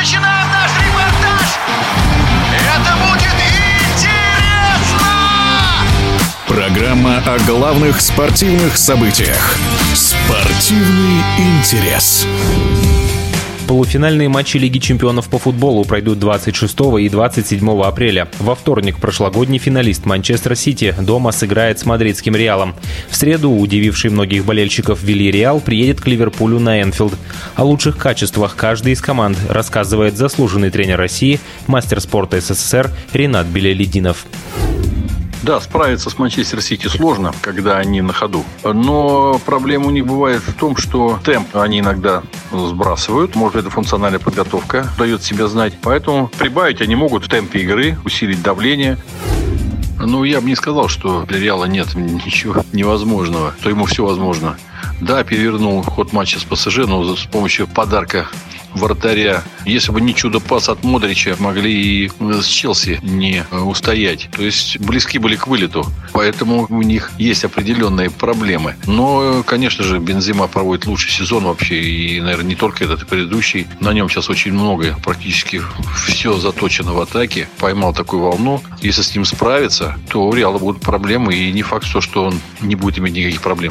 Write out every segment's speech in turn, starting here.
начинаем наш репортаж. Это будет интересно! Программа о главных спортивных событиях. Спортивный интерес. Полуфинальные матчи Лиги чемпионов по футболу пройдут 26 и 27 апреля. Во вторник прошлогодний финалист Манчестер Сити дома сыграет с мадридским Реалом. В среду удививший многих болельщиков Вильярреал приедет к Ливерпулю на Энфилд. О лучших качествах каждой из команд рассказывает заслуженный тренер России, мастер спорта СССР Ринат Белялидинов. Да, справиться с Манчестер Сити сложно, когда они на ходу. Но проблема у них бывает в том, что темп они иногда сбрасывают. Может, это функциональная подготовка дает себя знать. Поэтому прибавить они могут в темпе игры, усилить давление. Ну, я бы не сказал, что для Реала нет ничего невозможного, что ему все возможно. Да, перевернул ход матча с ПСЖ, но с помощью подарка вратаря. Если бы не чудо-пас от Модрича, могли и с Челси не устоять. То есть близки были к вылету. Поэтому у них есть определенные проблемы. Но, конечно же, Бензема проводит лучший сезон вообще. И, наверное, не только этот, и предыдущий. На нем сейчас очень много. Практически все заточено в атаке. Поймал такую волну. Если с ним справиться, то у Реала будут проблемы. И не факт, что он не будет иметь никаких проблем.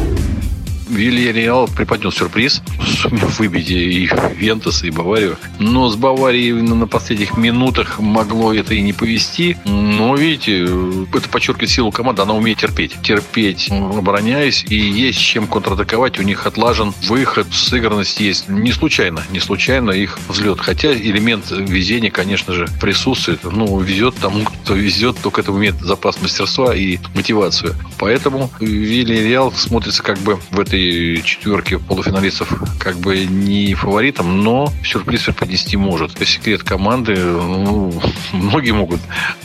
Вильярреал преподнес сюрприз, сумев выбить и Ювентус, и Баварию. Но с Баварией на последних минутах могло это и не повести. Но, видите, это подчеркивает силу команды. Она умеет терпеть. Терпеть, обороняясь. И есть чем контратаковать. У них отлажен выход, сыгранность есть. Не случайно их взлет. Хотя элемент везения, конечно же, присутствует. Ну, везет тому, кто везет. Только это имеет запас мастерства и мотивацию. Поэтому Вильярреал смотрится как бы в этой четверке полуфиналистов как бы не фаворитом, но сюрприз преподнести может. Это секрет команды. Многие могут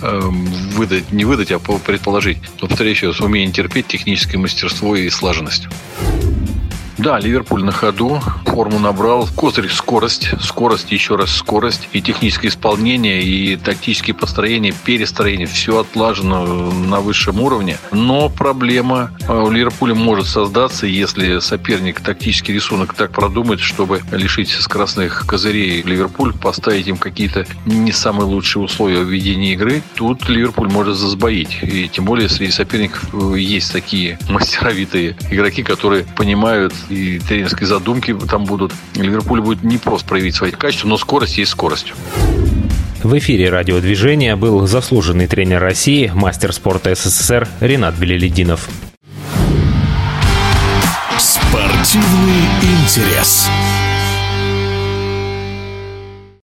не выдать, а предположить. Но, повторяю еще раз, умение терпеть, техническое мастерство и слаженность. Да, Ливерпуль на ходу, форму набрал. Козырь — скорость, еще раз скорость. И техническое исполнение, и тактические построения, перестроение. Все отлажено на высшем уровне. Но проблема у Ливерпуля может создаться, если соперник тактический рисунок так продумает, чтобы лишить скоростных козырей Ливерпуль, поставить им какие-то не самые лучшие условия ведения игры. Тут Ливерпуль может засбоить. И тем более среди соперников есть такие мастеровитые игроки, которые понимают, и тренерские задумки там будут. Ливерпулю будет непросто проявить свои качества, но скорость есть скорость. В эфире радиодвижения был заслуженный тренер России, мастер спорта СССР Ринат Белялидинов. Спортивный интерес.